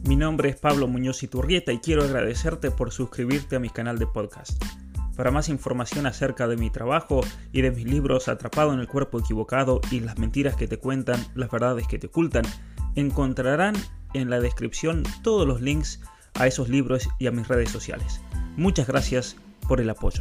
Mi nombre es Pablo Muñoz Iturrieta y quiero agradecerte por suscribirte a mi canal de podcast. Para más información acerca de mi trabajo y de mis libros Atrapado en el cuerpo equivocado y Las mentiras que te cuentan, las verdades que te ocultan, encontrarán en la descripción todos los links a esos libros y a mis redes sociales. Muchas gracias por el apoyo.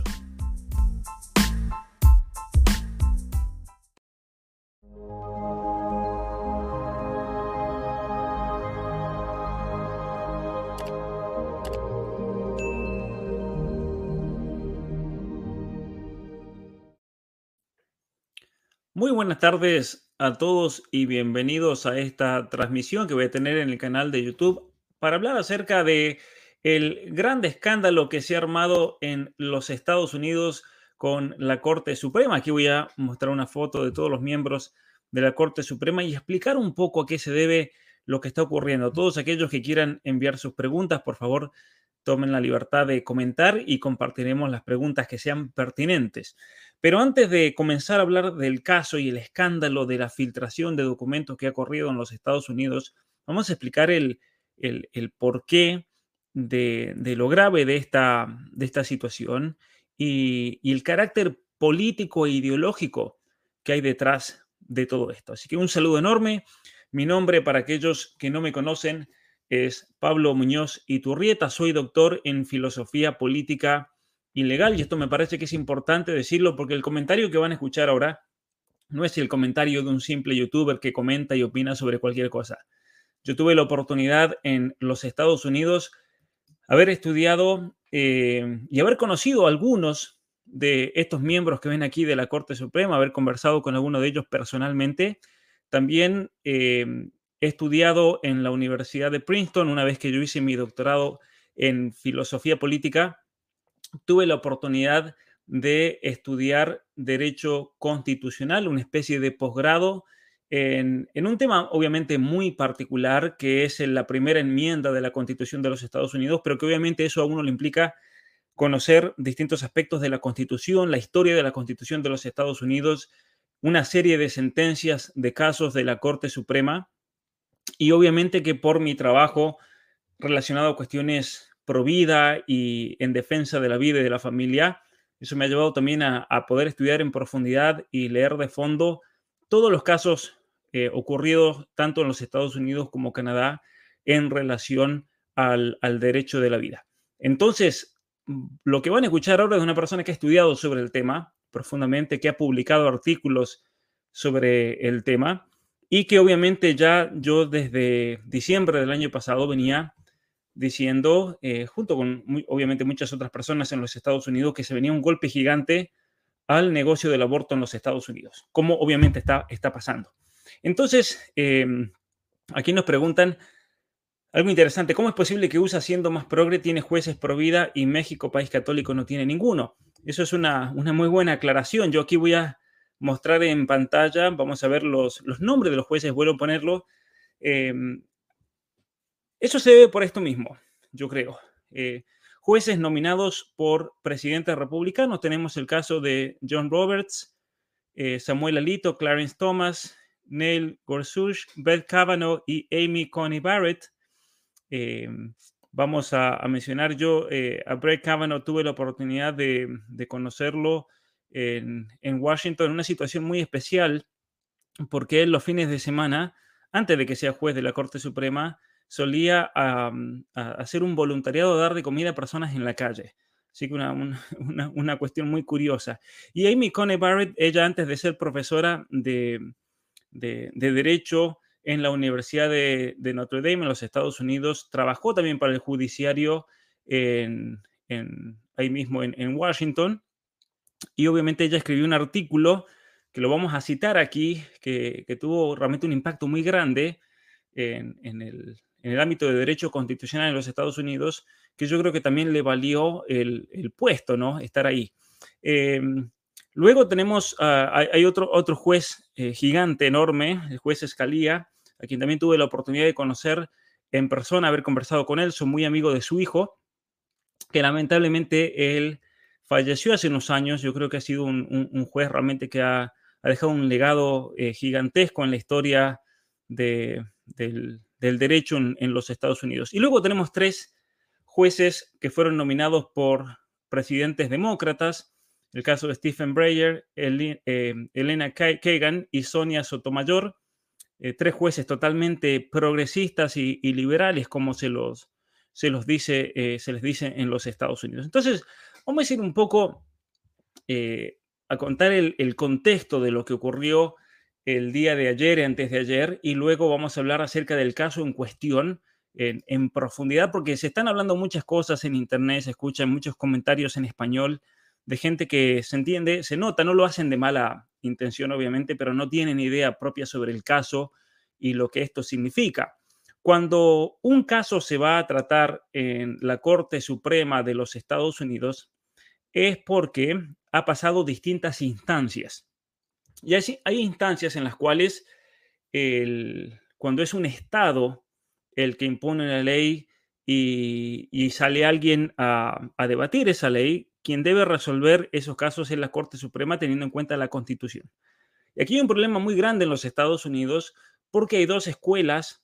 Muy buenas tardes a todos y bienvenidos a esta transmisión que voy a tener en el canal de YouTube para hablar acerca de el gran escándalo que se ha armado en los Estados Unidos con la Corte Suprema. Aquí voy a mostrar una foto de todos los miembros de la Corte Suprema y explicar un poco a qué se debe lo que está ocurriendo. Todos aquellos que quieran enviar sus preguntas, por favor, tomen la libertad de comentar y compartiremos las preguntas que sean pertinentes. Pero antes de comenzar a hablar del caso y el escándalo de la filtración de documentos que ha ocurrido en los Estados Unidos, vamos a explicar el porqué de lo grave de esta situación y el carácter político e ideológico que hay detrás de todo esto. Así que un saludo enorme. Mi nombre, para aquellos que no me conocen, es Pablo Muñoz Iturrieta. Soy doctor en filosofía política y legal, y esto me parece que es importante decirlo porque el comentario que van a escuchar ahora no es el comentario de un simple youtuber que comenta y opina sobre cualquier cosa. Yo tuve la oportunidad en los Estados Unidos haber estudiado y haber conocido a algunos de estos miembros que ven aquí de la Corte Suprema, haber conversado con alguno de ellos personalmente. También he estudiado en la Universidad de Princeton. Una vez que yo hice mi doctorado en filosofía política, tuve la oportunidad de estudiar Derecho Constitucional, una especie de posgrado en un tema obviamente muy particular, que es la primera enmienda de la Constitución de los Estados Unidos, pero que obviamente eso a uno le implica conocer distintos aspectos de la Constitución, la historia de la Constitución de los Estados Unidos, una serie de sentencias de casos de la Corte Suprema, y obviamente que por mi trabajo relacionado a cuestiones pro vida y en defensa de la vida y de la familia, eso me ha llevado también a poder estudiar en profundidad y leer de fondo todos los casos ocurridos tanto en los Estados Unidos como Canadá en relación al derecho de la vida. Entonces, lo que van a escuchar ahora es de una persona que ha estudiado sobre el tema profundamente, que ha publicado artículos sobre el tema y que obviamente ya yo desde diciembre del año pasado venía diciendo, junto con obviamente muchas otras personas en los Estados Unidos, que se venía un golpe gigante al negocio del aborto en los Estados Unidos, como obviamente está pasando. Entonces, aquí nos preguntan algo interesante: ¿cómo es posible que USA, siendo más progre, tiene jueces pro vida y México, país católico, no tiene ninguno? Eso es una muy buena aclaración. Yo aquí voy a mostrar en pantalla, vamos a ver los nombres de los jueces, vuelvo a ponerlo. Eso se debe por esto mismo, yo creo. Jueces nominados por presidentes republicanos. Tenemos el caso de John Roberts, Samuel Alito, Clarence Thomas, Neil Gorsuch, Brett Kavanaugh y Amy Coney Barrett. Vamos a mencionar yo a Brett Kavanaugh. Tuve la oportunidad de conocerlo en Washington, en una situación muy especial, porque él los fines de semana, antes de que sea juez de la Corte Suprema, solía a hacer un voluntariado, dar de comida a personas en la calle. Así que una cuestión muy curiosa. Y Amy Coney Barrett, ella antes de ser profesora de Derecho en la Universidad de Notre Dame en los Estados Unidos, trabajó también para el judiciario ahí mismo en Washington. Y obviamente ella escribió un artículo que lo vamos a citar aquí, que tuvo realmente un impacto muy grande en el ámbito de derecho constitucional en los Estados Unidos, que yo creo que también le valió el puesto, ¿no? Estar ahí. Luego tenemos, hay otro juez gigante, enorme, el juez Scalia, a quien también tuve la oportunidad de conocer en persona, haber conversado con él. Soy muy amigo de su hijo, que lamentablemente él falleció hace unos años. Yo creo que ha sido un juez realmente que ha dejado un legado gigantesco en la historia del del derecho en los Estados Unidos. Y luego tenemos tres jueces que fueron nominados por presidentes demócratas, el caso de Stephen Breyer, Elena Kagan y Sonia Sotomayor, tres jueces totalmente progresistas y liberales, como se les dice en los Estados Unidos. Entonces, vamos a ir un poco a contar el contexto de lo que ocurrió el día de ayer y antes de ayer, y luego vamos a hablar acerca del caso en cuestión en profundidad, porque se están hablando muchas cosas en Internet, se escuchan muchos comentarios en español de gente que se entiende, se nota, no lo hacen de mala intención, obviamente, pero no tienen idea propia sobre el caso y lo que esto significa. Cuando un caso se va a tratar en la Corte Suprema de los Estados Unidos, es porque ha pasado distintas instancias. Y hay instancias en las cuales cuando es un Estado el que impone la ley y sale alguien a debatir esa ley, quien debe resolver esos casos es la Corte Suprema teniendo en cuenta la Constitución. Y aquí hay un problema muy grande en los Estados Unidos porque hay dos escuelas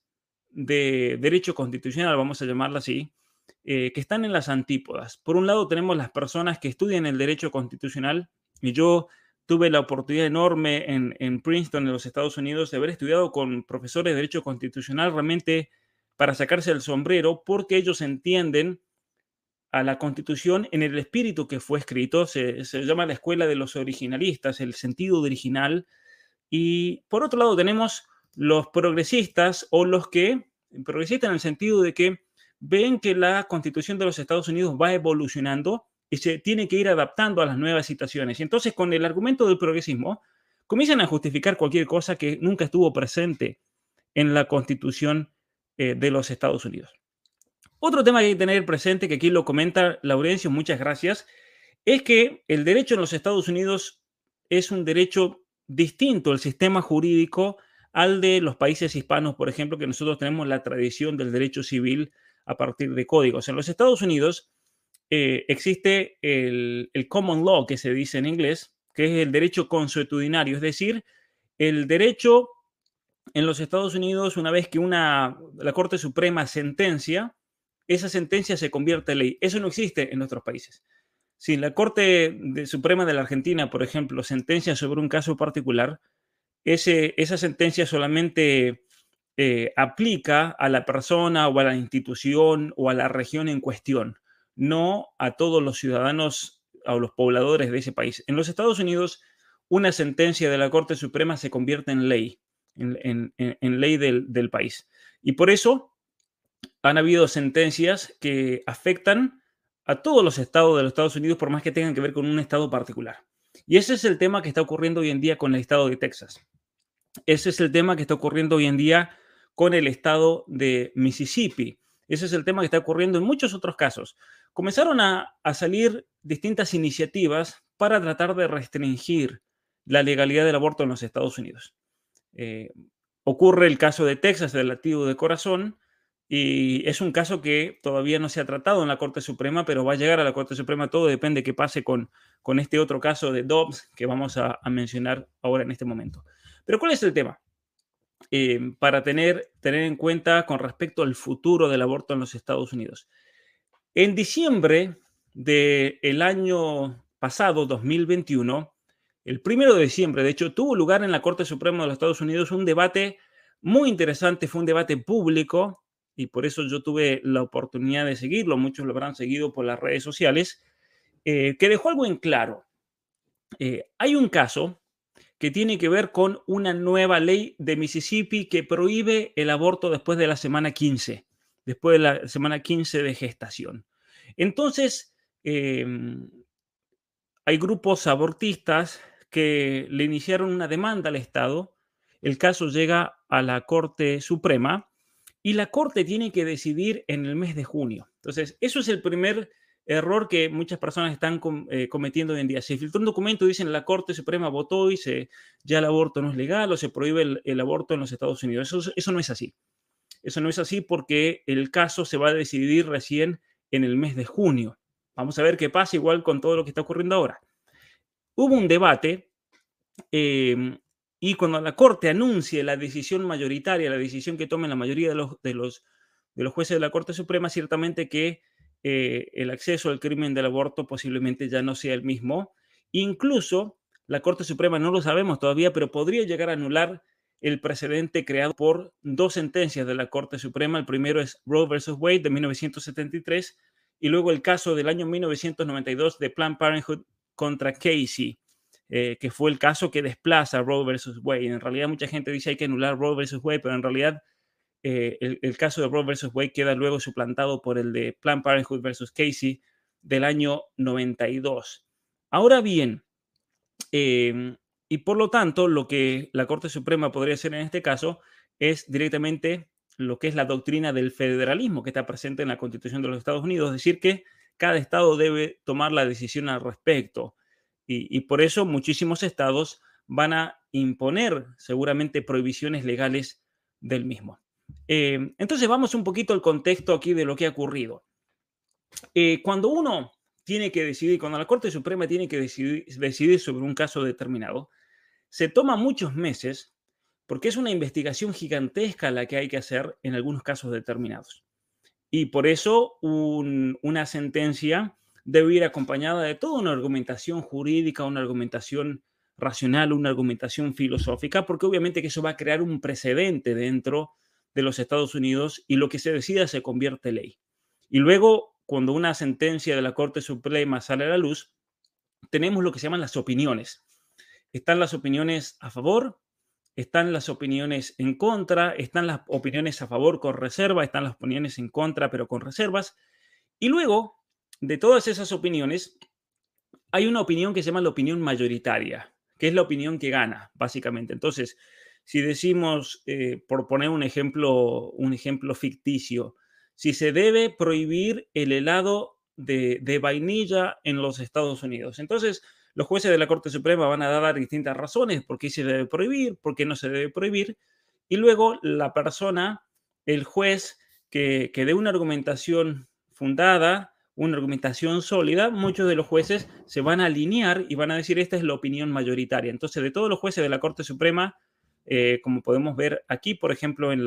de derecho constitucional, vamos a llamarla así, que están en las antípodas. Por un lado tenemos las personas que estudian el derecho constitucional y yo tuve la oportunidad enorme en Princeton, en los Estados Unidos, de haber estudiado con profesores de derecho constitucional realmente para sacarse el sombrero porque ellos entienden a la Constitución en el espíritu que fue escrito. Se llama la escuela de los originalistas, el sentido original. Y por otro lado tenemos los progresistas o los que, progresistas en el sentido de que ven que la Constitución de los Estados Unidos va evolucionando y se tiene que ir adaptando a las nuevas situaciones. Y entonces con el argumento del progresismo comienzan a justificar cualquier cosa que nunca estuvo presente en la Constitución de los Estados Unidos. Otro tema que hay que tener presente, que aquí lo comenta Laurencio, muchas gracias, es que el derecho en los Estados Unidos es un derecho distinto, el sistema jurídico, al de los países hispanos, por ejemplo, que nosotros tenemos la tradición del derecho civil a partir de códigos. En los Estados Unidos existe el common law, que se dice en inglés, que es el derecho consuetudinario, es decir, el derecho en los Estados Unidos, una vez que la Corte Suprema sentencia, esa sentencia se convierte en ley. Eso no existe en nuestros países. Si la Corte Suprema de la Argentina, por ejemplo, sentencia sobre un caso particular, esa sentencia solamente aplica a la persona o a la institución o a la región en cuestión, no a todos los ciudadanos o los pobladores de ese país. En los Estados Unidos, una sentencia de la Corte Suprema se convierte en ley, en ley del país. Y por eso han habido sentencias que afectan a todos los estados de los Estados Unidos, por más que tengan que ver con un estado particular. Y ese es el tema que está ocurriendo hoy en día con el estado de Texas. Ese es el tema que está ocurriendo hoy en día con el estado de Mississippi. Ese es el tema que está ocurriendo en muchos otros casos. Comenzaron a salir distintas iniciativas para tratar de restringir la legalidad del aborto en los Estados Unidos. Ocurre el caso de Texas, del latido de corazón, y es un caso que todavía no se ha tratado en la Corte Suprema, pero va a llegar a la Corte Suprema. Todo depende de qué pase con este otro caso de Dobbs que vamos a mencionar ahora en este momento. Pero ¿cuál es el tema? Para tener en cuenta con respecto al futuro del aborto en los Estados Unidos. En diciembre del año pasado, 2021, el 1 de diciembre, de hecho, tuvo lugar en la Corte Suprema de los Estados Unidos un debate muy interesante, fue un debate público, y por eso yo tuve la oportunidad de seguirlo, muchos lo habrán seguido por las redes sociales, que dejó algo en claro. Hay un caso que tiene que ver con una nueva ley de Mississippi que prohíbe el aborto después de la semana 15, después de la semana 15 de gestación. Entonces, hay grupos abortistas que le iniciaron una demanda al Estado. El caso llega a la Corte Suprema y la Corte tiene que decidir en el mes de junio. Entonces, eso es el primer error que muchas personas están cometiendo hoy en día. Se filtró un documento, dicen la Corte Suprema votó y ya el aborto no es legal o se prohíbe el aborto en los Estados Unidos. Eso no es así. Eso no es así porque el caso se va a decidir recién en el mes de junio. Vamos a ver qué pasa igual con todo lo que está ocurriendo ahora. Hubo un debate y cuando la Corte anuncie la decisión mayoritaria, la decisión que tomen la mayoría de los jueces de la Corte Suprema, ciertamente que el acceso al crimen del aborto posiblemente ya no sea el mismo. Incluso la Corte Suprema, no lo sabemos todavía, pero podría llegar a anular el precedente creado por dos sentencias de la Corte Suprema. El primero es Roe versus Wade de 1973 y luego el caso del año 1992 de Planned Parenthood contra Casey, que fue el caso que desplaza a Roe versus Wade. En realidad mucha gente dice hay que anular Roe versus Wade, pero en realidad el caso de Roe versus Wade queda luego suplantado por el de Planned Parenthood versus Casey del año 92. Ahora bien, y por lo tanto, lo que la Corte Suprema podría hacer en este caso es directamente lo que es la doctrina del federalismo que está presente en la Constitución de los Estados Unidos, es decir, que cada estado debe tomar la decisión al respecto. Y por eso muchísimos estados van a imponer seguramente prohibiciones legales del mismo. Entonces vamos un poquito al contexto aquí de lo que ha ocurrido. Cuando uno tiene que decidir, cuando la Corte Suprema tiene que decidir sobre un caso determinado, se toma muchos meses porque es una investigación gigantesca la que hay que hacer en algunos casos determinados. Y por eso una sentencia debe ir acompañada de toda una argumentación jurídica, una argumentación racional, una argumentación filosófica, porque obviamente que eso va a crear un precedente dentro de los Estados Unidos y lo que se decida se convierte en ley. Y luego, cuando una sentencia de la Corte Suprema sale a la luz, tenemos lo que se llaman las opiniones. Están las opiniones a favor, están las opiniones en contra, están las opiniones a favor con reserva, están las opiniones en contra pero con reservas. Y luego de todas esas opiniones, hay una opinión que se llama la opinión mayoritaria, que es la opinión que gana, básicamente. Entonces, si decimos, por poner un ejemplo ficticio, si se debe prohibir el helado de vainilla en los Estados Unidos. Entonces, los jueces de la Corte Suprema van a dar distintas razones por qué se debe prohibir, por qué no se debe prohibir, y luego la persona, el juez, que dé una argumentación fundada, una argumentación sólida, muchos de los jueces se van a alinear y van a decir esta es la opinión mayoritaria. Entonces, de todos los jueces de la Corte Suprema, como podemos ver aquí, por ejemplo, en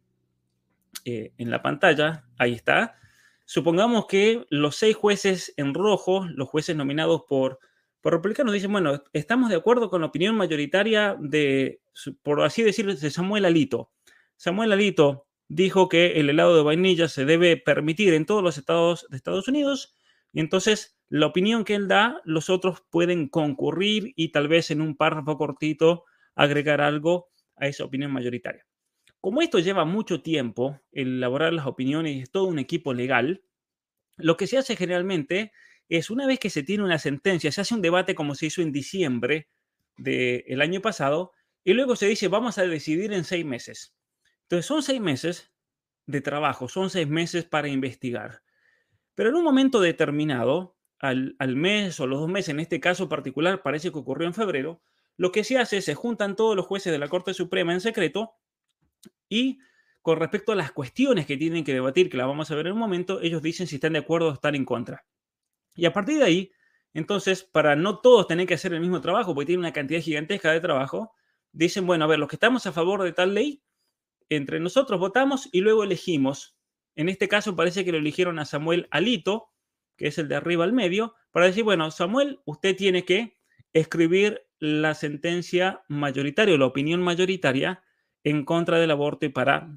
la pantalla, ahí está. Supongamos que los 6 jueces en rojo, los jueces nominados por republicanos, dicen, bueno, estamos de acuerdo con la opinión mayoritaria de, por así decirlo, de Samuel Alito. Samuel Alito dijo que el helado de vainilla se debe permitir en todos los estados de Estados Unidos y entonces la opinión que él da, los otros pueden concurrir y tal vez en un párrafo cortito agregar algo a esa opinión mayoritaria. Como esto lleva mucho tiempo, elaborar las opiniones y es todo un equipo legal, lo que se hace generalmente es una vez que se tiene una sentencia, se hace un debate como se hizo en diciembre del año pasado y luego se dice vamos a decidir en 6 meses. Entonces son 6 meses de trabajo, son 6 meses para investigar. Pero en un momento determinado, al mes o los 2 meses, en este caso particular parece que ocurrió en febrero, lo que se hace es se juntan todos los jueces de la Corte Suprema en secreto y con respecto a las cuestiones que tienen que debatir, que la vamos a ver en un momento, ellos dicen si están de acuerdo o están en contra. Y a partir de ahí, entonces, para no todos tener que hacer el mismo trabajo, porque tienen una cantidad gigantesca de trabajo, dicen, bueno, a ver, los que estamos a favor de tal ley, entre nosotros votamos y luego elegimos. En este caso parece que lo eligieron a Samuel Alito, que es el de arriba al medio, para decir, bueno, Samuel, usted tiene que escribir la sentencia mayoritaria o la opinión mayoritaria en contra del aborto y para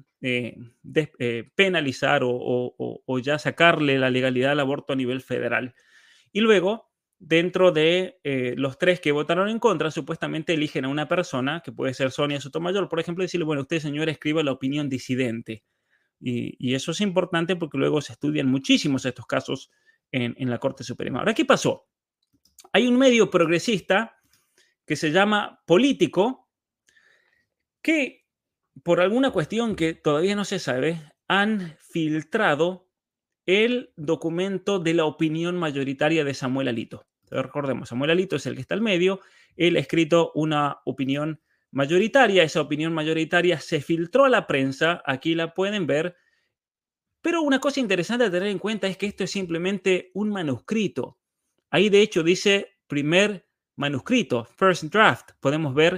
penalizar o ya sacarle la legalidad al aborto a nivel federal. Y luego, dentro de los 3 que votaron en contra, supuestamente eligen a una persona, que puede ser Sonia Sotomayor, por ejemplo, y decirle, bueno, usted, señora, escriba la opinión disidente. Y eso es importante porque luego se estudian muchísimos estos casos en la Corte Suprema. Ahora, ¿qué pasó? Hay un medio progresista que se llama Político, que por alguna cuestión que todavía no se sabe, han filtrado el documento de la opinión mayoritaria de Samuel Alito. Recordemos, Samuel Alito es el que está al medio, él ha escrito una opinión mayoritaria, esa opinión mayoritaria se filtró a la prensa, aquí la pueden ver, pero una cosa interesante a tener en cuenta es que esto es simplemente un manuscrito. Ahí de hecho dice primer manuscrito, first draft. Podemos ver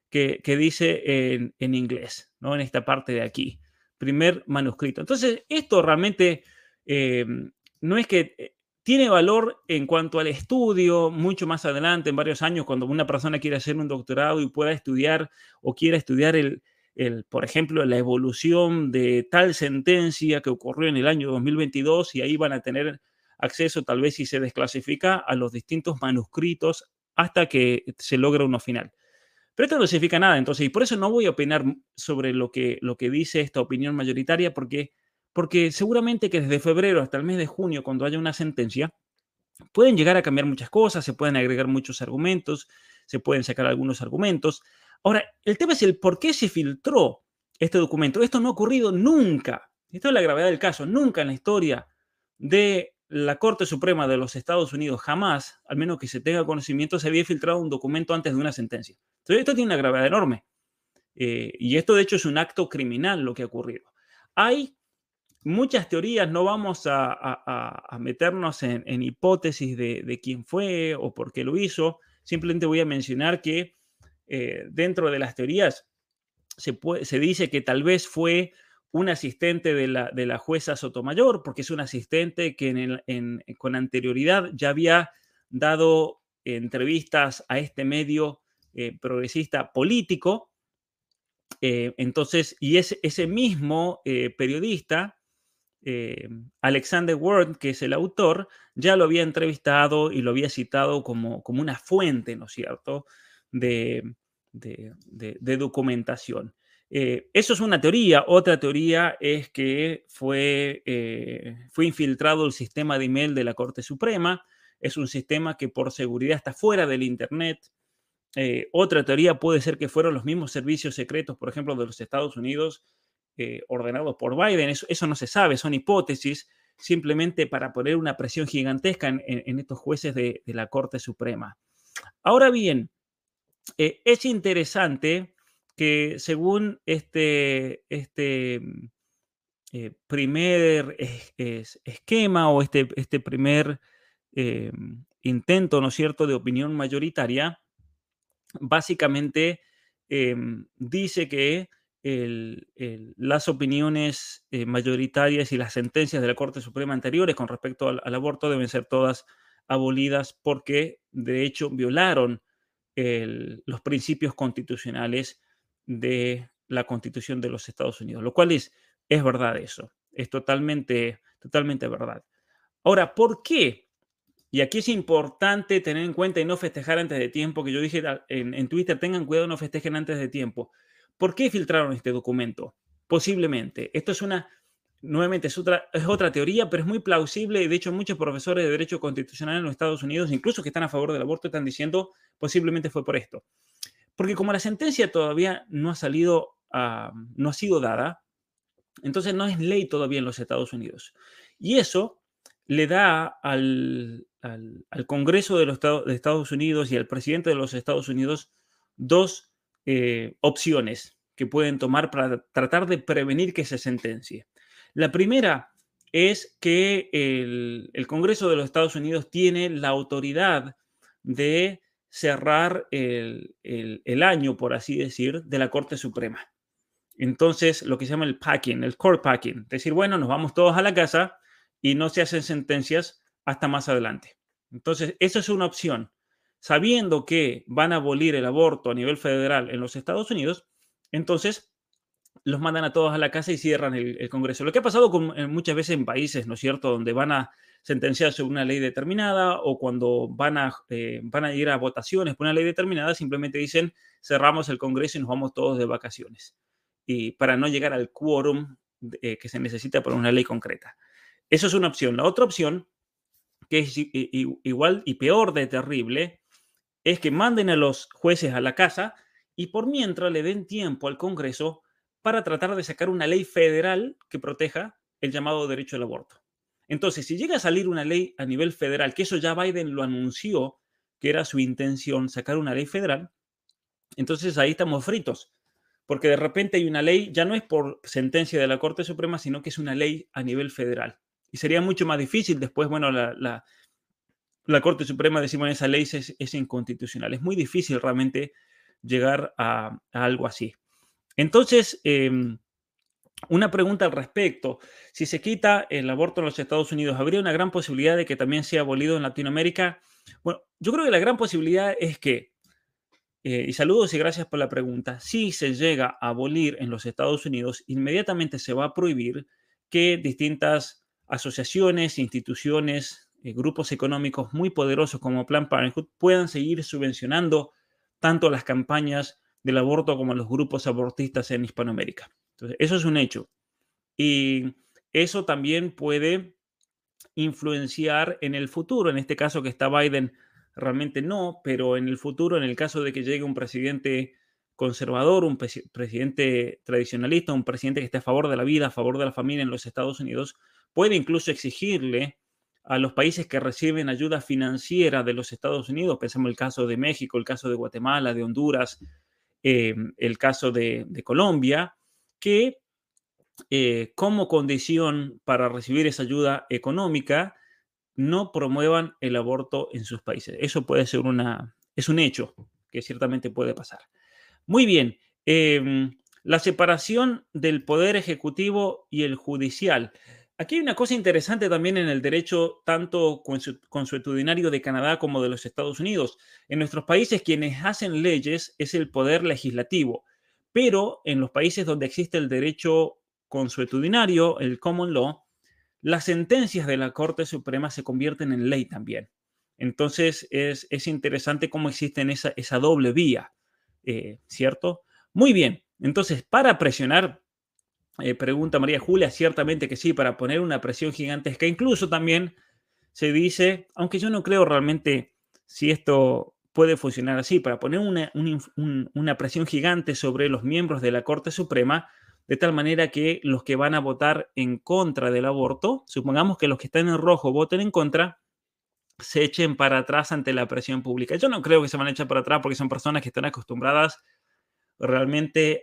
que dice en inglés, ¿no? En esta parte de aquí, primer manuscrito. Entonces, esto realmente eh, no es que tiene valor en cuanto al estudio, mucho más adelante, en varios años, cuando una persona quiere hacer un doctorado y pueda estudiar o quiera estudiar por ejemplo, la evolución de tal sentencia que ocurrió en el año 2022 y ahí van a tener acceso, tal vez si se desclasifica, a los distintos manuscritos hasta que se logra uno final. Pero esto no significa nada, entonces, y por eso no voy a opinar sobre lo que dice esta opinión mayoritaria, porque seguramente que desde febrero hasta el mes de junio, cuando haya una sentencia, pueden llegar a cambiar muchas cosas, se pueden agregar muchos argumentos, se pueden sacar algunos argumentos. Ahora, el tema es el por qué se filtró este documento. Esto no ha ocurrido nunca. Esto es la gravedad del caso. Nunca en la historia de la Corte Suprema de los Estados Unidos, jamás, al menos que se tenga conocimiento, se había filtrado un documento antes de una sentencia. Entonces, esto tiene una gravedad enorme. Y esto, de hecho, es un acto criminal lo que ha ocurrido. Hay muchas teorías, no vamos a meternos en hipótesis de quién fue o por qué lo hizo. Simplemente voy a mencionar que dentro de las teorías se dice que tal vez fue un asistente de la jueza Sotomayor, porque es un asistente que con anterioridad ya había dado entrevistas a este medio progresista político. Entonces, y ese mismo periodista, Alexander Ward, que es el autor, ya lo había entrevistado y lo había citado como una fuente, ¿no es cierto?, de documentación. Eso es una teoría. Otra teoría es que fue infiltrado el sistema de email de la Corte Suprema. Es un sistema que por seguridad está fuera del Internet. Otra teoría puede ser que fueron los mismos servicios secretos, por ejemplo, de los Estados Unidos, ordenados por Biden. Eso no se sabe, son hipótesis, simplemente para poner una presión gigantesca en estos jueces de la Corte Suprema. Ahora bien, es interesante que según este primer esquema o este primer intento, ¿no es cierto?, de opinión mayoritaria, básicamente dice que las opiniones mayoritarias y las sentencias de la Corte Suprema anteriores con respecto al aborto deben ser todas abolidas porque de hecho violaron los principios constitucionales de la Constitución de los Estados Unidos, lo cual es verdad eso, es totalmente, totalmente verdad. Ahora, ¿por qué? Y aquí es importante tener en cuenta y no festejar antes de tiempo, que yo dije en Twitter, tengan cuidado, no festejen antes de tiempo. ¿Por qué filtraron este documento? Posiblemente. Esto nuevamente, es otra teoría, pero es muy plausible. Y de hecho, muchos profesores de Derecho Constitucional en los Estados Unidos, incluso que están a favor del aborto, están diciendo posiblemente fue por esto. Porque como la sentencia todavía no ha salido, no ha sido dada, entonces no es ley todavía en los Estados Unidos. Y eso le da al Congreso de Estados Unidos y al presidente de los Estados Unidos dos opciones que pueden tomar para tratar de prevenir que se sentencie. La primera es que el Congreso de los Estados Unidos tiene la autoridad de cerrar el año, por así decir, de la Corte Suprema. Entonces, lo que se llama el packing, el court packing, decir, bueno, nos vamos todos a la casa y no se hacen sentencias hasta más adelante. Entonces, eso es una opción. Sabiendo que van a abolir el aborto a nivel federal en los Estados Unidos, entonces los mandan a todos a la casa y cierran el Congreso. Lo que ha pasado muchas veces en países, ¿no es cierto?, donde van a sentenciar sobre una ley determinada o cuando van a ir a votaciones por una ley determinada, simplemente dicen, cerramos el Congreso y nos vamos todos de vacaciones. Y para no llegar al quórum que se necesita para una ley concreta. Eso es una opción. La otra opción, que es igual y peor de terrible, es que manden a los jueces a la casa y por mientras le den tiempo al Congreso para tratar de sacar una ley federal que proteja el llamado derecho al aborto. Entonces, si llega a salir una ley a nivel federal, que eso ya Biden lo anunció, que era su intención sacar una ley federal, entonces ahí estamos fritos. Porque de repente hay una ley, ya no es por sentencia de la Corte Suprema, sino que es una ley a nivel federal. Y sería mucho más difícil después, bueno, la Corte Suprema decir, bueno, esa ley es inconstitucional. Es muy difícil realmente llegar a algo así. Entonces, una pregunta al respecto. Si se quita el aborto en los Estados Unidos, ¿habría una gran posibilidad de que también sea abolido en Latinoamérica? Bueno, yo creo que la gran posibilidad es que, y saludos y gracias por la pregunta, si se llega a abolir en los Estados Unidos, inmediatamente se va a prohibir que distintas asociaciones, instituciones, grupos económicos muy poderosos como Planned Parenthood puedan seguir subvencionando tanto las campañas del aborto como los grupos abortistas en Hispanoamérica. Entonces, eso es un hecho. Y eso también puede influenciar en el futuro. En este caso que está Biden, realmente no, pero en el futuro, en el caso de que llegue un presidente conservador, un presidente tradicionalista, un presidente que esté a favor de la vida, a favor de la familia en los Estados Unidos, puede incluso exigirle a los países que reciben ayuda financiera de los Estados Unidos, pensemos el caso de México, el caso de Guatemala, de Honduras, el caso de Colombia, que como condición para recibir esa ayuda económica, no promuevan el aborto en sus países. Eso puede ser es un hecho que ciertamente puede pasar. Muy bien, la separación del poder ejecutivo y el judicial. Aquí hay una cosa interesante también en el derecho tanto consuetudinario de Canadá como de los Estados Unidos. En nuestros países quienes hacen leyes es el poder legislativo, pero en los países donde existe el derecho consuetudinario, el common law, las sentencias de la Corte Suprema se convierten en ley también. Entonces es interesante cómo existe esa doble vía, ¿cierto? Muy bien, entonces para presionar, pregunta María Julia, ciertamente que sí, para poner una presión gigantesca. Incluso también se dice, aunque yo no creo realmente si esto puede funcionar así, para poner una presión gigante sobre los miembros de la Corte Suprema, de tal manera que los que van a votar en contra del aborto, supongamos que los que están en rojo voten en contra, se echen para atrás ante la presión pública. Yo no creo que se van a echar para atrás porque son personas que están acostumbradas realmente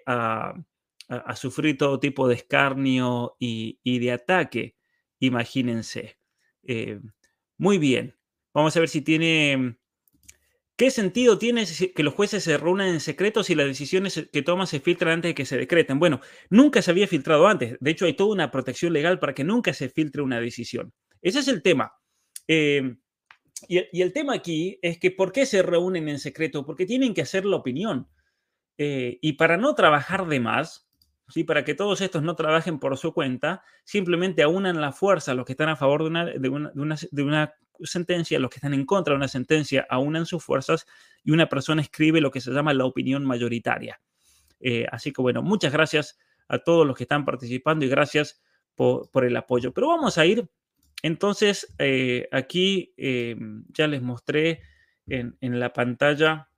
a sufrir todo tipo de escarnio y de ataque, imagínense. Eh, muy bien, vamos a ver si tiene... ¿Qué sentido tiene que los jueces se reúnan en secreto si las decisiones que toman se filtran antes de que se decreten? Bueno, nunca se había filtrado antes. De hecho, hay toda una protección legal para que nunca se filtre una decisión. Ese es el tema. Eh, y el tema aquí es que ¿por qué se reúnen en secreto? Porque tienen que hacer la opinión. Y para no trabajar de más, ¿sí? Para que todos estos no trabajen por su cuenta, simplemente aunan la fuerza los que están a favor de una sentencia, los que están en contra de una sentencia aunan sus fuerzas y una persona escribe lo que se llama la opinión mayoritaria. Así que bueno, muchas gracias a todos los que están participando y gracias por el apoyo. Pero vamos a ir, entonces, aquí ya les mostré en la pantalla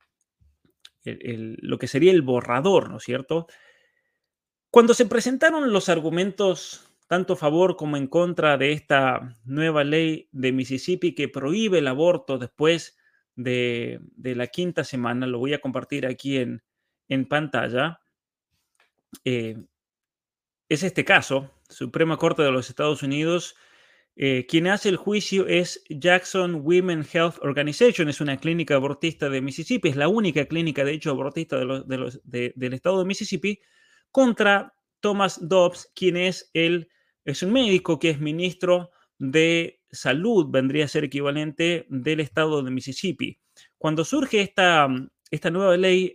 lo que sería el borrador, ¿no es cierto? Cuando se presentaron los argumentos tanto a favor como en contra de esta nueva ley de Mississippi que prohíbe el aborto después de la quinta semana, lo voy a compartir aquí en pantalla, eh, es este caso, Suprema Corte de los Estados Unidos. Quien hace el juicio es Jackson Women Health Organization, es una clínica abortista de Mississippi, es la única clínica, de hecho, abortista del estado de Mississippi, contra Thomas Dobbs, quien es un médico que es ministro de salud, vendría a ser equivalente del estado de Mississippi. Cuando surge esta nueva ley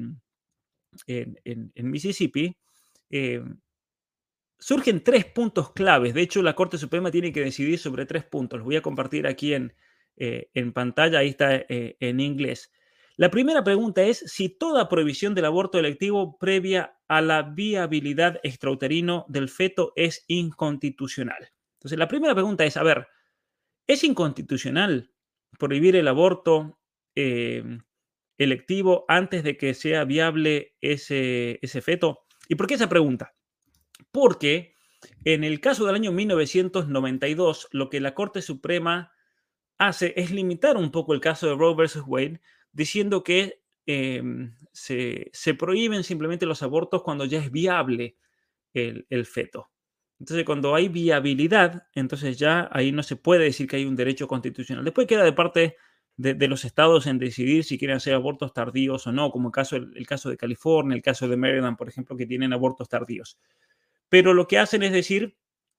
en Mississippi, eh, surgen tres puntos claves. De hecho, la Corte Suprema tiene que decidir sobre tres puntos. Los voy a compartir aquí en pantalla. Ahí está en inglés. La primera pregunta es si toda prohibición del aborto electivo previa a la viabilidad extrauterino del feto es inconstitucional. Entonces, la primera pregunta es, a ver, ¿es inconstitucional prohibir el aborto electivo antes de que sea viable ese feto? ¿Y por qué esa pregunta? Porque en el caso del año 1992, lo que la Corte Suprema hace es limitar un poco el caso de Roe versus Wade, diciendo que se prohíben simplemente los abortos cuando ya es viable el feto. Entonces, cuando hay viabilidad, entonces ya ahí no se puede decir que hay un derecho constitucional. Después queda de parte de los estados en decidir si quieren hacer abortos tardíos o no, como el caso de California, el caso de Maryland, por ejemplo, que tienen abortos tardíos. Pero lo que hacen es decir,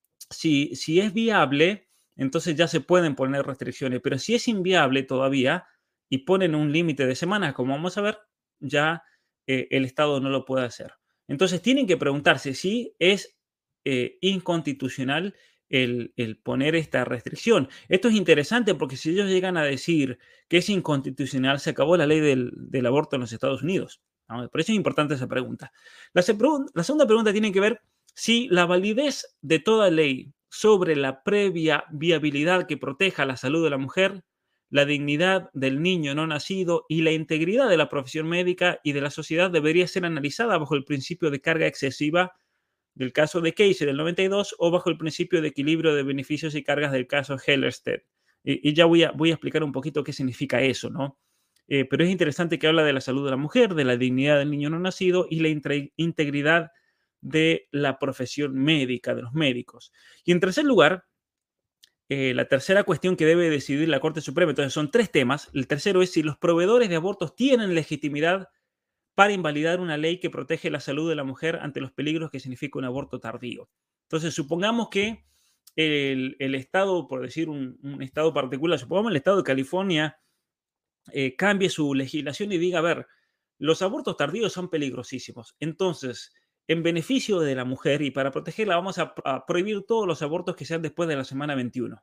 si es viable, entonces ya se pueden poner restricciones, pero si es inviable todavía y ponen un límite de semanas, como vamos a ver, ya el Estado no lo puede hacer. Entonces tienen que preguntarse si es inconstitucional el poner esta restricción. Esto es interesante porque si ellos llegan a decir que es inconstitucional, se acabó la ley del aborto en los Estados Unidos, ¿no? Por eso es importante esa pregunta. La segunda pregunta tiene que ver si la validez de toda ley sobre la previa viabilidad que proteja la salud de la mujer, la dignidad del niño no nacido y la integridad de la profesión médica y de la sociedad debería ser analizada bajo el principio de carga excesiva del caso de Casey del 92 o bajo el principio de equilibrio de beneficios y cargas del caso Hellerstedt. Y ya voy a explicar un poquito qué significa eso, ¿no? Pero es interesante que habla de la salud de la mujer, de la dignidad del niño no nacido y la integridad de la profesión médica, de los médicos. Y en tercer lugar, la tercera cuestión que debe decidir la Corte Suprema, entonces son tres temas. El tercero es si los proveedores de abortos tienen legitimidad para invalidar una ley que protege la salud de la mujer ante los peligros que significa un aborto tardío. Entonces, supongamos que el Estado, por decir un Estado particular, supongamos el Estado de California, cambie su legislación y diga, a ver, los abortos tardíos son peligrosísimos. Entonces, en beneficio de la mujer y para protegerla, vamos a prohibir todos los abortos que sean después de la semana 21,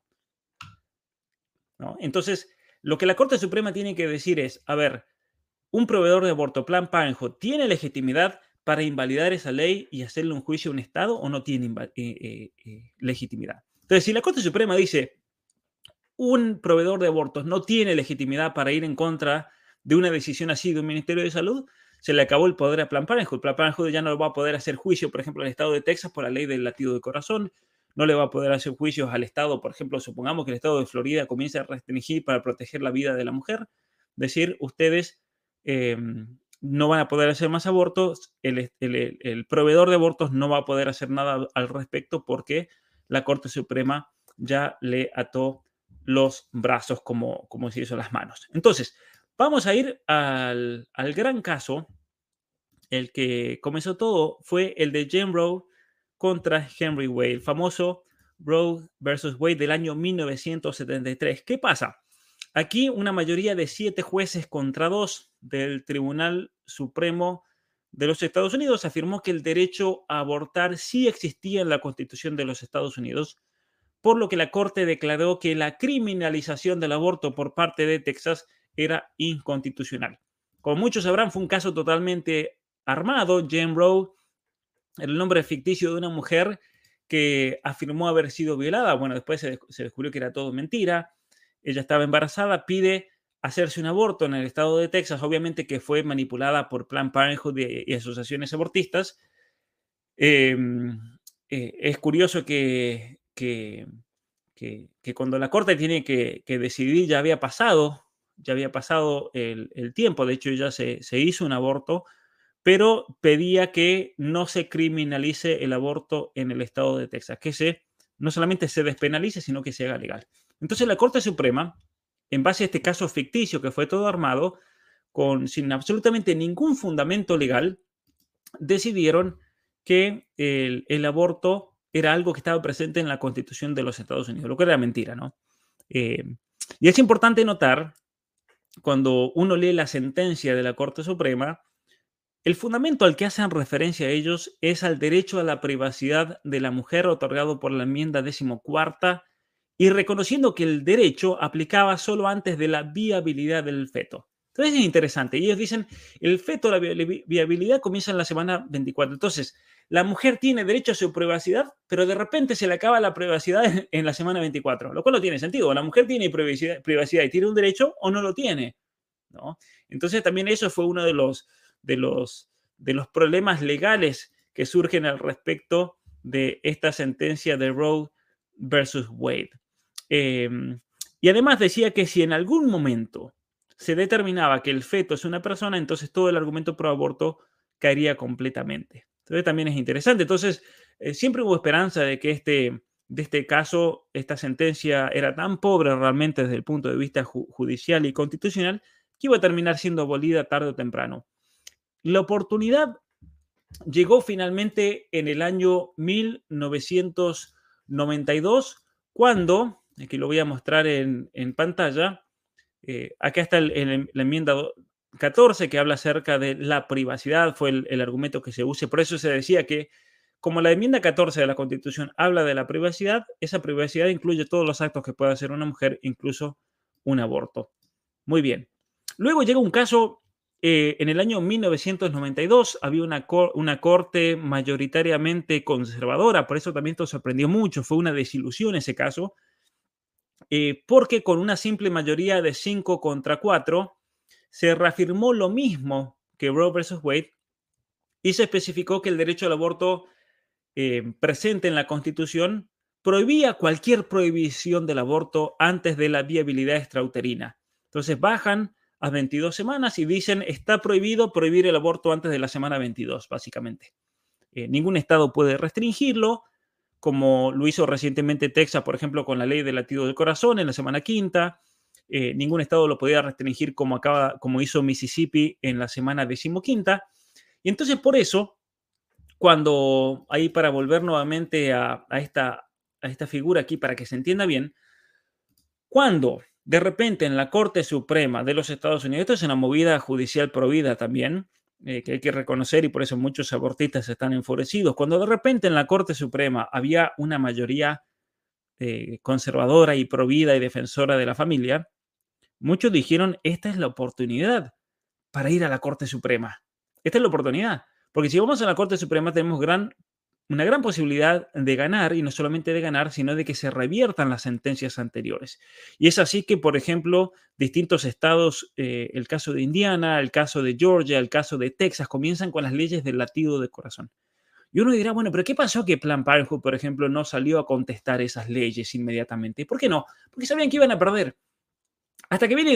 ¿no? Entonces, lo que la Corte Suprema tiene que decir es, a ver, un proveedor de aborto, Planned Parenthood, ¿tiene legitimidad para invalidar esa ley y hacerle un juicio a un Estado o no tiene legitimidad? Entonces, si la Corte Suprema dice un proveedor de abortos no tiene legitimidad para ir en contra de una decisión así de un Ministerio de Salud, se le acabó el poder a Planned Parenthood. Planned Parenthood ya no va a poder hacer juicio, por ejemplo, al Estado de Texas por la ley del latido de corazón, no le va a poder hacer juicios al Estado, por ejemplo, supongamos que el Estado de Florida comience a restringir para proteger la vida de la mujer, decir, ustedes no van a poder hacer más abortos, el proveedor de abortos no va a poder hacer nada al respecto porque la Corte Suprema ya le ató los brazos como se hizo las manos. Entonces, vamos a ir al gran caso. El que comenzó todo fue el de Jane Roe contra Henry Wade, el famoso Roe versus Wade del año 1973. ¿Qué pasa? Aquí una mayoría de 7 jueces contra 2 del Tribunal Supremo de los Estados Unidos afirmó que el derecho a abortar sí existía en la Constitución de los Estados Unidos, por lo que la Corte declaró que la criminalización del aborto por parte de Texas era inconstitucional. Como muchos sabrán, fue un caso totalmente armado. Jane Roe era el nombre ficticio de una mujer que afirmó haber sido violada. Bueno, después se descubrió que era todo mentira. Ella estaba embarazada, pide hacerse un aborto en el estado de Texas, obviamente que fue manipulada por Planned Parenthood y asociaciones abortistas. Es curioso que cuando la Corte tiene que decidir ya había pasado el tiempo. De hecho, ya se hizo un aborto, pero pedía que no se criminalice el aborto en el estado de Texas, que no solamente se despenalice, sino que se haga legal. Entonces la Corte Suprema, en base a este caso ficticio que fue todo armado, sin absolutamente ningún fundamento legal, decidieron que el aborto era algo que estaba presente en la Constitución de los Estados Unidos, lo que era mentira, ¿no? Y es importante notar, cuando uno lee la sentencia de la Corte Suprema, el fundamento al que hacen referencia a ellos es al derecho a la privacidad de la mujer otorgado por la enmienda 14ª y reconociendo que el derecho aplicaba solo antes de la viabilidad del feto. Entonces es interesante. Ellos dicen, el feto, la viabilidad comienza en la semana 24. Entonces, la mujer tiene derecho a su privacidad, pero de repente se le acaba la privacidad en la semana 24, lo cual no tiene sentido. La mujer tiene privacidad y tiene un derecho o no lo tiene, ¿no? Entonces también eso fue uno de los problemas legales que surgen al respecto de esta sentencia de Roe versus Wade. Y además decía que si en algún momento se determinaba que el feto es una persona, entonces todo el argumento pro aborto caería completamente. Entonces también es interesante. Entonces siempre hubo esperanza de que de este caso, esta sentencia era tan pobre realmente desde el punto de vista judicial y constitucional que iba a terminar siendo abolida tarde o temprano. La oportunidad llegó finalmente en el año 1992, cuando, aquí lo voy a mostrar en pantalla, acá está la enmienda 14 que habla acerca de la privacidad, fue el argumento que se use. Por eso se decía que como la enmienda 14 de la Constitución habla de la privacidad, esa privacidad incluye todos los actos que puede hacer una mujer, incluso un aborto. Muy bien. Luego llega un caso, en el año 1992 había una corte mayoritariamente conservadora, por eso también esto sorprendió mucho, fue una desilusión ese caso, porque con una simple mayoría de 5 contra 4 se reafirmó lo mismo que Roe versus Wade y se especificó que el derecho al aborto presente en la Constitución prohibía cualquier prohibición del aborto antes de la viabilidad extrauterina. Entonces bajan a 22 semanas y dicen está prohibido prohibir el aborto antes de la semana 22, básicamente. Ningún estado puede restringirlo, como lo hizo recientemente Texas, por ejemplo, con la ley del latido del corazón en la semana quinta. Ningún estado lo podía restringir como hizo Mississippi en la semana decimoquinta. Y entonces por eso, cuando ahí para volver nuevamente a esta figura aquí, para que se entienda bien, cuando de repente en la Corte Suprema de los Estados Unidos, esto es una movida judicial provida también, que hay que reconocer y por eso muchos abortistas están enfurecidos, cuando de repente en la Corte Suprema había una mayoría conservadora y provida y defensora de la familia, muchos dijeron, esta es la oportunidad para ir a la Corte Suprema. Esta es la oportunidad. Porque si vamos a la Corte Suprema tenemos una gran posibilidad de ganar, y no solamente de ganar, sino de que se reviertan las sentencias anteriores. Y es así que, por ejemplo, distintos estados, el caso de Indiana, el caso de Georgia, el caso de Texas, comienzan con las leyes del latido de corazón. Y uno dirá, bueno, pero ¿qué pasó que Planned Parenthood, por ejemplo, no salió a contestar esas leyes inmediatamente? ¿Por qué no? Porque sabían que iban a perder. Hasta que viene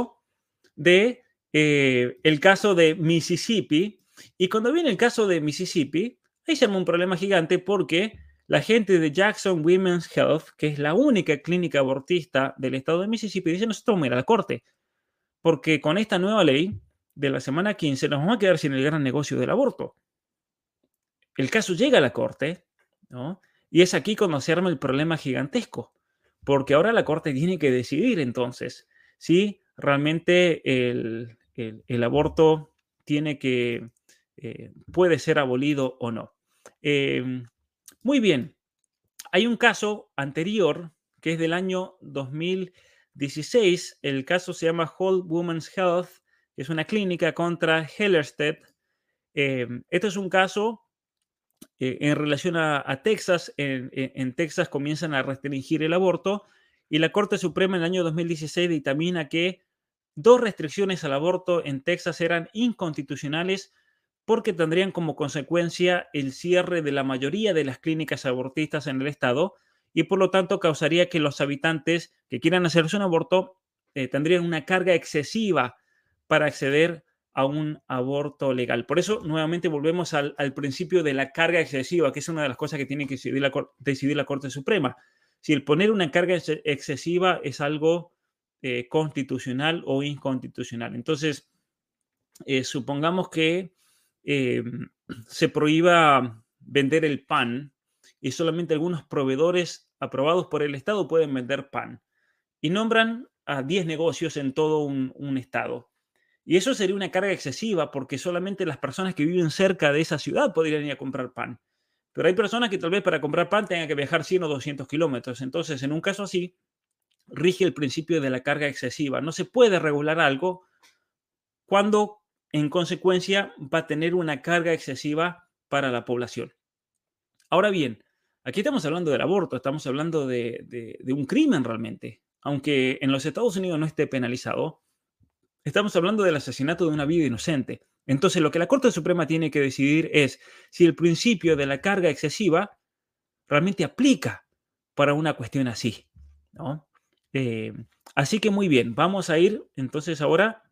el caso de Mississippi. Y cuando viene el caso de Mississippi, ahí se arma un problema gigante porque la gente de Jackson Women's Health, que es la única clínica abortista del estado de Mississippi, dice, nosotros vamos a ir a la corte, porque con esta nueva ley de la semana 15 nos vamos a quedar sin el gran negocio del aborto. El caso llega a la corte, ¿no? Y es aquí cuando se arma el problema gigantesco, porque ahora la corte tiene que decidir entonces si realmente el aborto puede ser abolido o no. Muy bien, hay un caso anterior que es del año 2016. El caso se llama Whole Woman's Health, que es una clínica contra Hellerstedt. Esto es un caso en relación a Texas. En Texas comienzan a restringir el aborto y la Corte Suprema en el año 2016 dictamina que 2 restricciones al aborto en Texas eran inconstitucionales porque tendrían como consecuencia el cierre de la mayoría de las clínicas abortistas en el estado y por lo tanto causaría que los habitantes que quieran hacerse un aborto tendrían una carga excesiva para acceder a un aborto legal. Por eso, nuevamente, volvemos al principio de la carga excesiva, que es una de las cosas que tiene que decidir la Corte Suprema. Si el poner una carga excesiva es algo constitucional o inconstitucional. Entonces, supongamos que se prohíba vender el pan y solamente algunos proveedores aprobados por el Estado pueden vender pan. Y nombran a 10 negocios en todo un estado. Y eso sería una carga excesiva porque solamente las personas que viven cerca de esa ciudad podrían ir a comprar pan. Pero hay personas que tal vez para comprar pan tengan que viajar 100 o 200 kilómetros. Entonces, en un caso así, rige el principio de la carga excesiva. No se puede regular algo cuando, en consecuencia, va a tener una carga excesiva para la población. Ahora bien, aquí estamos hablando del aborto, estamos hablando de un crimen realmente. Aunque en los Estados Unidos no esté penalizado, estamos hablando del asesinato de una vida inocente. Entonces, lo que la Corte Suprema tiene que decidir es si el principio de la carga excesiva realmente aplica para una cuestión así, ¿no? Así que muy bien, vamos a ir entonces ahora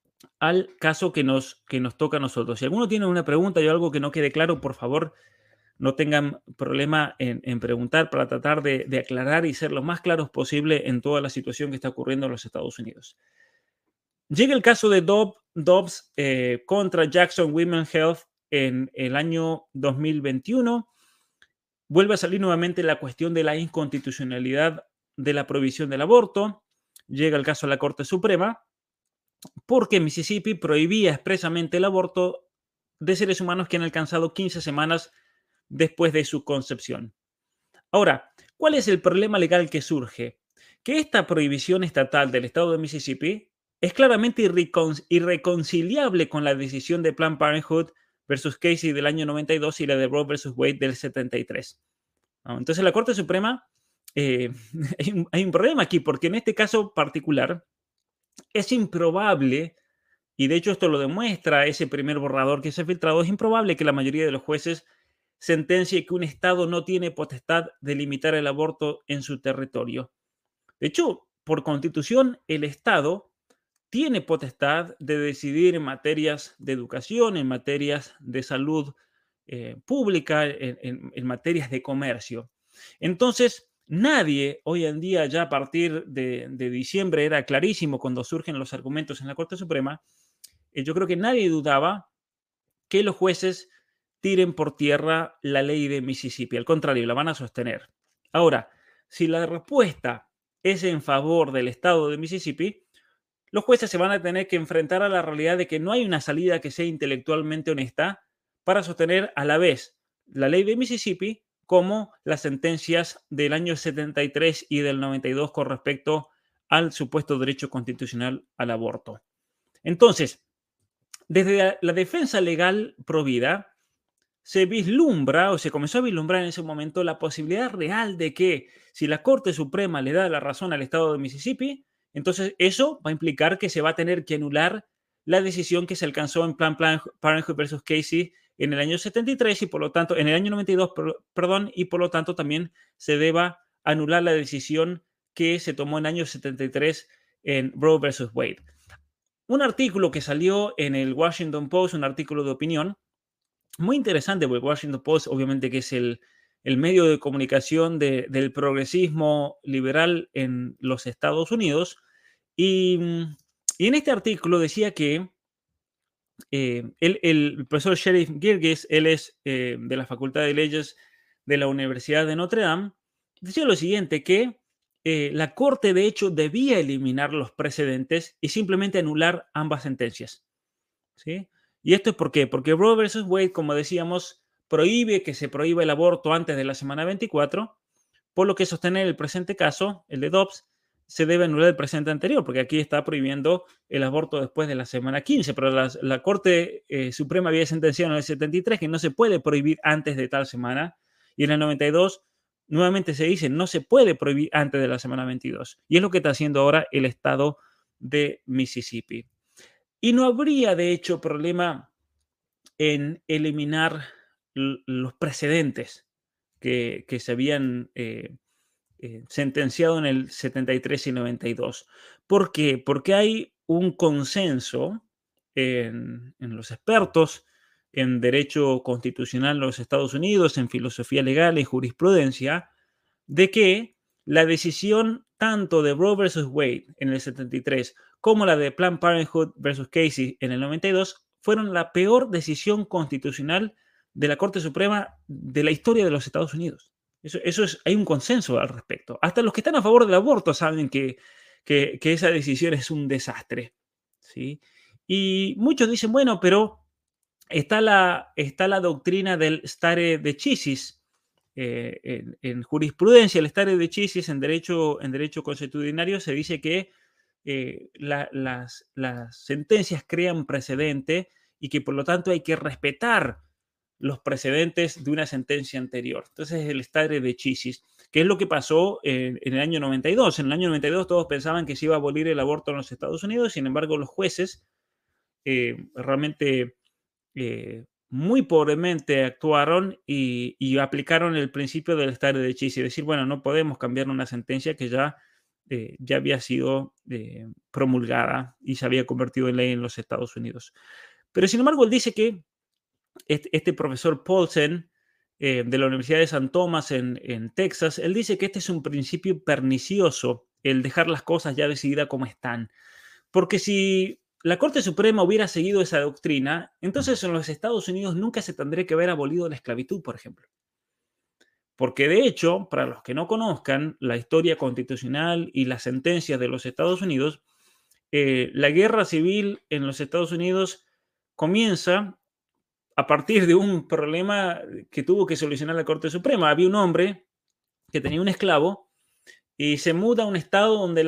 al caso que nos toca a nosotros. Si alguno tiene una pregunta o algo que no quede claro, por favor, no tengan problema en preguntar para tratar de aclarar y ser lo más claros posible en toda la situación que está ocurriendo en los Estados Unidos. Llega el caso de Dobbs contra Jackson Women's Health en el año 2021. Vuelve a salir nuevamente la cuestión de la inconstitucionalidad de la prohibición del aborto. Llega el caso a la Corte Suprema porque Mississippi prohibía expresamente el aborto de seres humanos que han alcanzado 15 semanas después de su concepción. Ahora, ¿cuál es el problema legal que surge? Que esta prohibición estatal del estado de Mississippi es claramente irreconciliable con la decisión de Planned Parenthood versus Casey del año 92 y la de Roe versus Wade del 73. Entonces la Corte Suprema, hay un problema aquí, porque en este caso particular es improbable, y de hecho esto lo demuestra ese primer borrador que se ha filtrado, es improbable que la mayoría de los jueces sentencie que un Estado no tiene potestad de limitar el aborto en su territorio. De hecho, por constitución, el Estado tiene potestad de decidir en materias de educación, en materias de salud pública, en materias de comercio. Entonces, nadie hoy en día, ya a partir de diciembre, era clarísimo cuando surgen los argumentos en la Corte Suprema, yo creo que nadie dudaba que los jueces tiren por tierra la ley de Mississippi. Al contrario, la van a sostener. Ahora, si la respuesta es en favor del estado de Mississippi, los jueces se van a tener que enfrentar a la realidad de que no hay una salida que sea intelectualmente honesta para sostener a la vez la ley de Mississippi como las sentencias del año 73 y del 92 con respecto al supuesto derecho constitucional al aborto. Entonces, desde la defensa legal provida, se vislumbra o se comenzó a vislumbrar en ese momento la posibilidad real de que si la Corte Suprema le da la razón al estado de Mississippi, entonces eso va a implicar que se va a tener que anular la decisión que se alcanzó en Planned Parenthood versus Casey en el año 73 y por lo tanto, en el año 92, perdón, y por lo tanto también se deba anular la decisión que se tomó en el año 73 en Roe versus Wade. Un artículo que salió en el Washington Post, un artículo de opinión, muy interesante, porque Washington Post, obviamente, que es el medio de comunicación del progresismo liberal en los Estados Unidos. Y en este artículo decía que el profesor Sheriff Girgis, él es de la Facultad de Leyes de la Universidad de Notre Dame, decía lo siguiente, que la Corte, de hecho, debía eliminar los precedentes y simplemente anular ambas sentencias. ¿Sí? ¿Y esto es por qué? Porque Roe versus Wade, como decíamos, prohíbe que se prohíba el aborto antes de la semana 24, por lo que sostener el presente caso, el de Dobbs, se debe anular el presente anterior, porque aquí está prohibiendo el aborto después de la semana 15, pero la Corte Suprema había sentenciado en el 73 que no se puede prohibir antes de tal semana, y en el 92 nuevamente se dice no se puede prohibir antes de la semana 22, y es lo que está haciendo ahora el estado de Mississippi. Y no habría, de hecho, problema en eliminar los precedentes que se habían sentenciado en el 73 y 92. ¿Por qué? Porque hay un consenso en los expertos en derecho constitucional en los Estados Unidos, en filosofía legal y jurisprudencia, de que la decisión tanto de Roe versus Wade en el 73 como la de Planned Parenthood versus Casey en el 92 fueron la peor decisión constitucional de la Corte Suprema de la historia de los Estados Unidos. Hay un consenso al respecto. Hasta los que están a favor del aborto saben que esa decisión es un desastre. ¿Sí? Y muchos dicen, bueno, pero está la doctrina del stare decisis, en jurisprudencia, el stare decisis en derecho consuetudinario se dice que las sentencias crean precedente y que por lo tanto hay que respetar los precedentes de una sentencia anterior. Entonces el stare decisis, que es lo que pasó en el año 92. En el año 92 todos pensaban que se iba a abolir el aborto en los Estados Unidos, sin embargo los jueces realmente muy pobremente actuaron y aplicaron el principio del stare decisis, es decir, bueno, no podemos cambiar una sentencia que ya había sido promulgada y se había convertido en ley en los Estados Unidos. Pero sin embargo, él dice que este profesor Paulsen de la Universidad de San Tomás en Texas, él dice que este es un principio pernicioso, el dejar las cosas ya decididas como están. Porque si la Corte Suprema hubiera seguido esa doctrina, entonces en los Estados Unidos nunca se tendría que haber abolido la esclavitud, por ejemplo. Porque de hecho, para los que no conozcan la historia constitucional y las sentencias de los Estados Unidos, la guerra civil en los Estados Unidos comienza a partir de un problema que tuvo que solucionar la Corte Suprema. Había un hombre que tenía un esclavo y se muda a un estado donde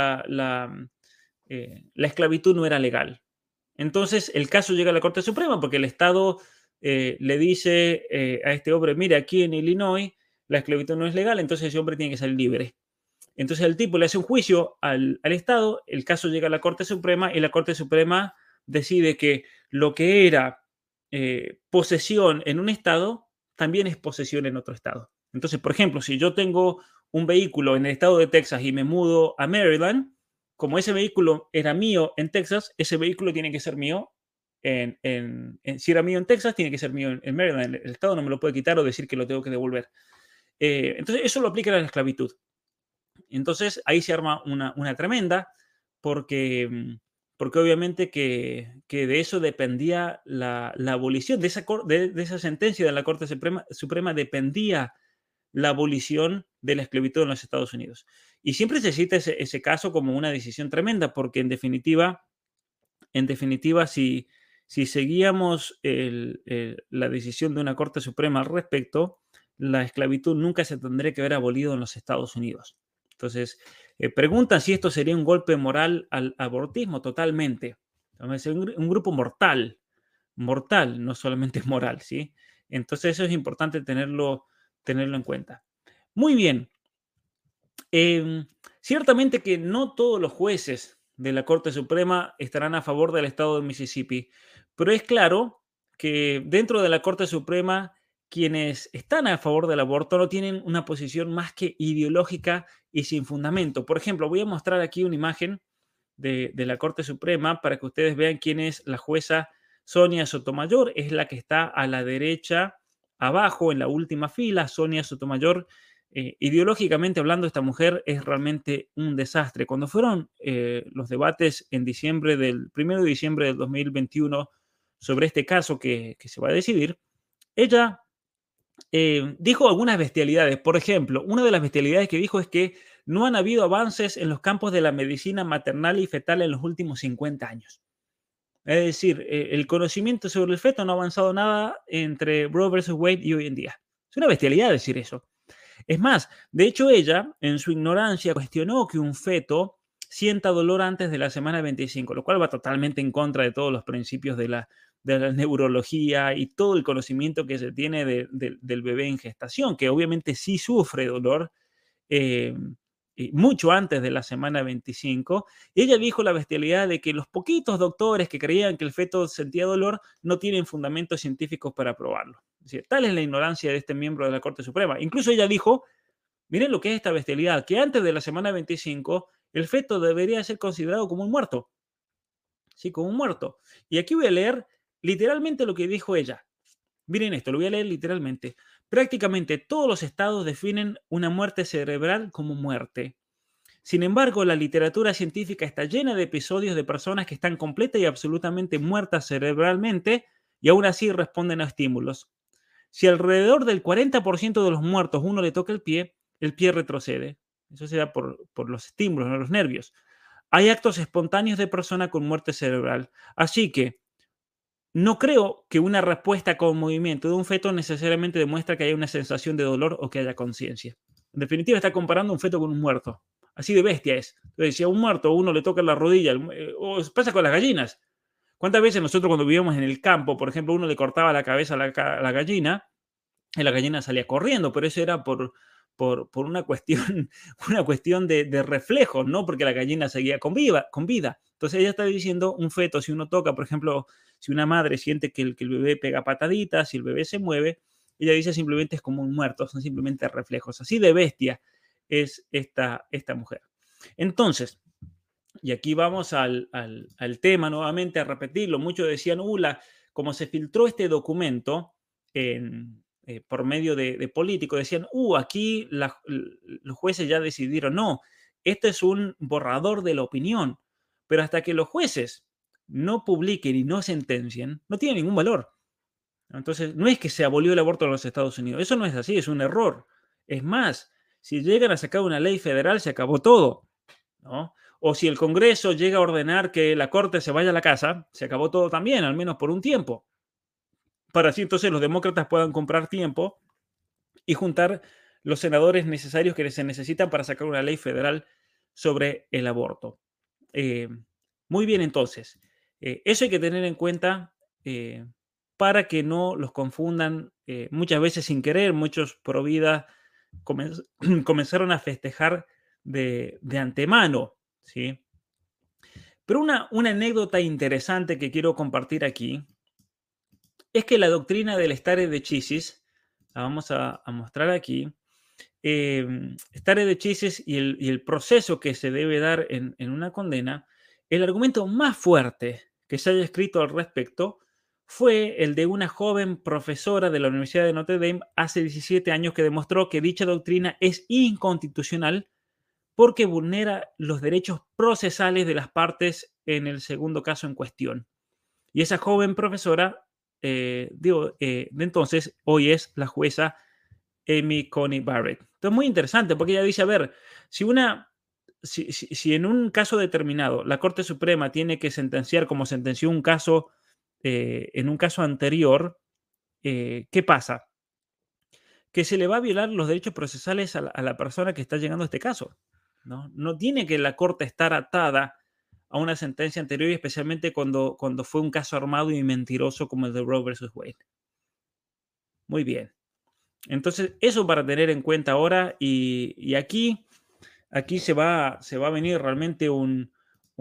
la esclavitud no era legal. Entonces el caso llega a la Corte Suprema porque el Estado le dice a este hombre, mire, aquí en Illinois la esclavitud no es legal, entonces ese hombre tiene que salir libre. Entonces el tipo le hace un juicio al Estado, el caso llega a la Corte Suprema y la Corte Suprema decide que lo que era posesión en un Estado también es posesión en otro Estado. Entonces, por ejemplo, si yo tengo un vehículo en el estado de Texas y me mudo a Maryland, como ese vehículo era mío en Texas, ese vehículo tiene que ser mío si era mío en Texas, tiene que ser mío en Maryland. El Estado no me lo puede quitar o decir que lo tengo que devolver. Entonces, eso lo aplica a la esclavitud. Entonces, ahí se arma una tremenda, porque, porque obviamente que de eso dependía la abolición, de esa sentencia de la Corte Suprema dependía la abolición de la esclavitud en los Estados Unidos. Y siempre se cita ese caso como una decisión tremenda, porque en definitiva si seguíamos la decisión de una Corte Suprema al respecto, la esclavitud nunca se tendría que haber abolido en los Estados Unidos. Entonces, preguntan si esto sería un golpe moral al abortismo. Totalmente. Es un grupo mortal, no solamente moral, ¿sí? Entonces, eso es importante tenerlo en cuenta. Muy bien. Ciertamente que no todos los jueces de la Corte Suprema estarán a favor del estado de Mississippi, pero es claro que dentro de la Corte Suprema quienes están a favor del aborto no tienen una posición más que ideológica y sin fundamento. Por ejemplo, voy a mostrar aquí una imagen de la Corte Suprema para que ustedes vean quién es la jueza Sonia Sotomayor. Es la que está a la derecha, abajo, en la última fila. Sonia Sotomayor, ideológicamente hablando, esta mujer es realmente un desastre. Cuando fueron los debates en diciembre del 1 de diciembre del 2021 sobre este caso que se va a decidir, ella dijo algunas bestialidades. Por ejemplo, una de las bestialidades que dijo es que no han habido avances en los campos de la medicina maternal y fetal en los últimos 50 años. Es decir, el conocimiento sobre el feto no ha avanzado nada entre Roe versus Wade y hoy en día. Es una bestialidad decir eso. Es más, de hecho ella, en su ignorancia, cuestionó que un feto sienta dolor antes de la semana 25, lo cual va totalmente en contra de todos los principios de la neurología y todo el conocimiento que se tiene del bebé en gestación, que obviamente sí sufre dolor eh, mucho antes de la semana 25. Y ella dijo la bestialidad de que los poquitos doctores que creían que el feto sentía dolor no tienen fundamentos científicos para probarlo. Es decir, tal es la ignorancia de este miembro de la Corte Suprema. Incluso ella dijo, miren lo que es esta bestialidad, que antes de la semana 25 el feto debería ser considerado como un muerto. Sí, como un muerto. Y aquí voy a leer literalmente lo que dijo ella. Miren esto, lo voy a leer literalmente. Prácticamente todos los estados definen una muerte cerebral como muerte. Sin embargo, la literatura científica está llena de episodios de personas que están completa y absolutamente muertas cerebralmente y aún así responden a estímulos. Si alrededor del 40% de los muertos uno le toca el pie retrocede. Eso se da por los estímulos, no los nervios. Hay actos espontáneos de persona con muerte cerebral. Así que no creo que una respuesta con movimiento de un feto necesariamente demuestra que haya una sensación de dolor o que haya conciencia. En definitiva, está comparando un feto con un muerto. Así de bestia es. Entonces, si a un muerto uno le toca la rodilla, o pasa con las gallinas. ¿Cuántas veces nosotros cuando vivíamos en el campo, por ejemplo, uno le cortaba la cabeza a la gallina y la gallina salía corriendo? Pero eso era por una cuestión, una cuestión de reflejos, ¿no? Porque la gallina seguía con vida. Entonces ella está diciendo, un feto, si uno toca, por ejemplo, si una madre siente que el bebé pega pataditas, si el bebé se mueve, ella dice simplemente es como un muerto, son simplemente reflejos. Así de bestia es esta mujer. Entonces, y aquí vamos al tema nuevamente, a repetirlo. Muchos decían, como se filtró este documento en por medio de políticos, decían, aquí los jueces ya decidieron. No, este es un borrador de la opinión, pero hasta que los jueces no publiquen y no sentencien, no tiene ningún valor. Entonces, no es que se abolió el aborto en los Estados Unidos, eso no es así, es un error. Es más, si llegan a sacar una ley federal, se acabó todo, ¿no? O si el Congreso llega a ordenar que la Corte se vaya a la casa, se acabó todo también, al menos por un tiempo. Para así entonces los demócratas puedan comprar tiempo y juntar los senadores necesarios que se necesitan para sacar una ley federal sobre el aborto. Eh, Muy bien, entonces, eso hay que tener en cuenta para que no los confundan. Muchas veces sin querer, muchos pro vida comenzaron a festejar de antemano, ¿sí? Pero una anécdota interesante que quiero compartir aquí es que la doctrina del stare decisis, la vamos a mostrar aquí, stare decisis y el proceso que se debe dar en una condena, el argumento más fuerte que se haya escrito al respecto fue el de una joven profesora de la Universidad de Notre Dame hace 17 años que demostró que dicha doctrina es inconstitucional porque vulnera los derechos procesales de las partes en el segundo caso en cuestión. Y esa joven profesora, de entonces, hoy es la jueza Amy Coney Barrett. Esto es muy interesante porque ella dice, a ver, si en un caso determinado la Corte Suprema tiene que sentenciar como sentenció un caso en un caso anterior, ¿qué pasa? Que se le va a violar los derechos procesales a la persona que está llegando a este caso, ¿no? No tiene que la Corte estar atada a una sentencia anterior, y especialmente cuando fue un caso armado y mentiroso como el de Roe versus Wade. Muy bien. Entonces, eso para tener en cuenta ahora, y aquí se va a venir realmente un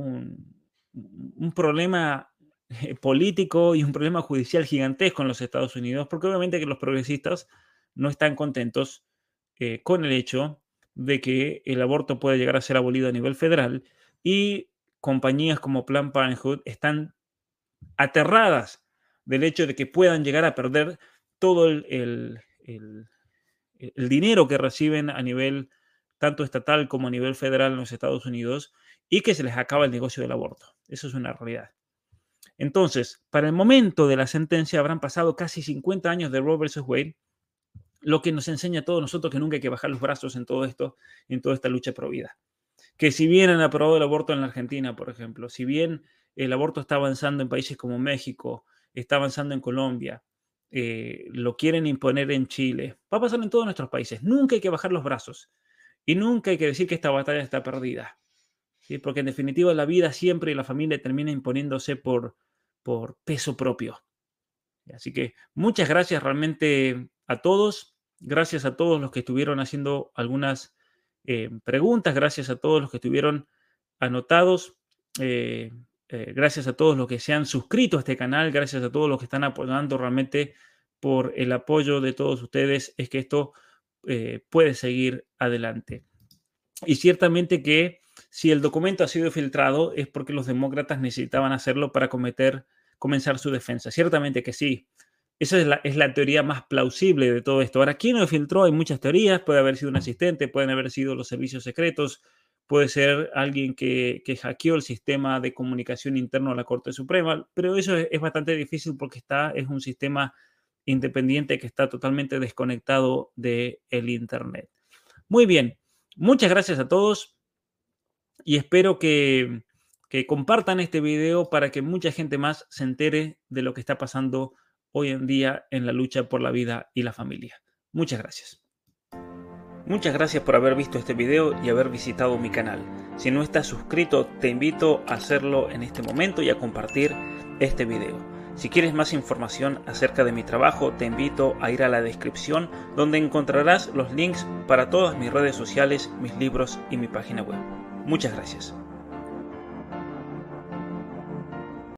problema político y un problema judicial gigantesco en los Estados Unidos, porque obviamente que los progresistas no están contentos con el hecho de que el aborto puede llegar a ser abolido a nivel federal, y compañías como Planned Parenthood están aterradas del hecho de que puedan llegar a perder todo el dinero que reciben a nivel tanto estatal como a nivel federal en los Estados Unidos, y que se les acaba el negocio del aborto. Eso es una realidad. Entonces, para el momento de la sentencia habrán pasado casi 50 años de Roe versus Wade, lo que nos enseña a todos nosotros que nunca hay que bajar los brazos en todo esto, en toda esta lucha pro vida. Que si bien han aprobado el aborto en la Argentina, por ejemplo, si bien el aborto está avanzando en países como México, está avanzando en Colombia, lo quieren imponer en Chile, va a pasar en todos nuestros países. Nunca hay que bajar los brazos y nunca hay que decir que esta batalla está perdida, ¿sí? Porque en definitiva la vida siempre y la familia termina imponiéndose por peso propio. Así que muchas gracias realmente a todos. Gracias a todos los que estuvieron haciendo algunas preguntas. Gracias a todos los que estuvieron anotados. Gracias a todos los que se han suscrito a este canal. Gracias a todos los que están apoyando. Realmente por el apoyo de todos ustedes es que esto puede seguir adelante. Y ciertamente que si el documento ha sido filtrado es porque los demócratas necesitaban hacerlo para comenzar su defensa. Ciertamente que sí. Esa es la teoría más plausible de todo esto. Ahora, ¿quién lo filtró? Hay muchas teorías. Puede haber sido un asistente, pueden haber sido los servicios secretos, puede ser alguien que hackeó el sistema de comunicación interno a la Corte Suprema, pero eso es bastante difícil porque es un sistema independiente que está totalmente desconectado del Internet. Muy bien. Muchas gracias a todos y espero que compartan este video para que mucha gente más se entere de lo que está pasando hoy en día en la lucha por la vida y la familia. Muchas gracias. Muchas gracias por haber visto este video y haber visitado mi canal. Si no estás suscrito, te invito a hacerlo en este momento y a compartir este video. Si quieres más información acerca de mi trabajo, te invito a ir a la descripción donde encontrarás los links para todas mis redes sociales, mis libros y mi página web. Muchas gracias.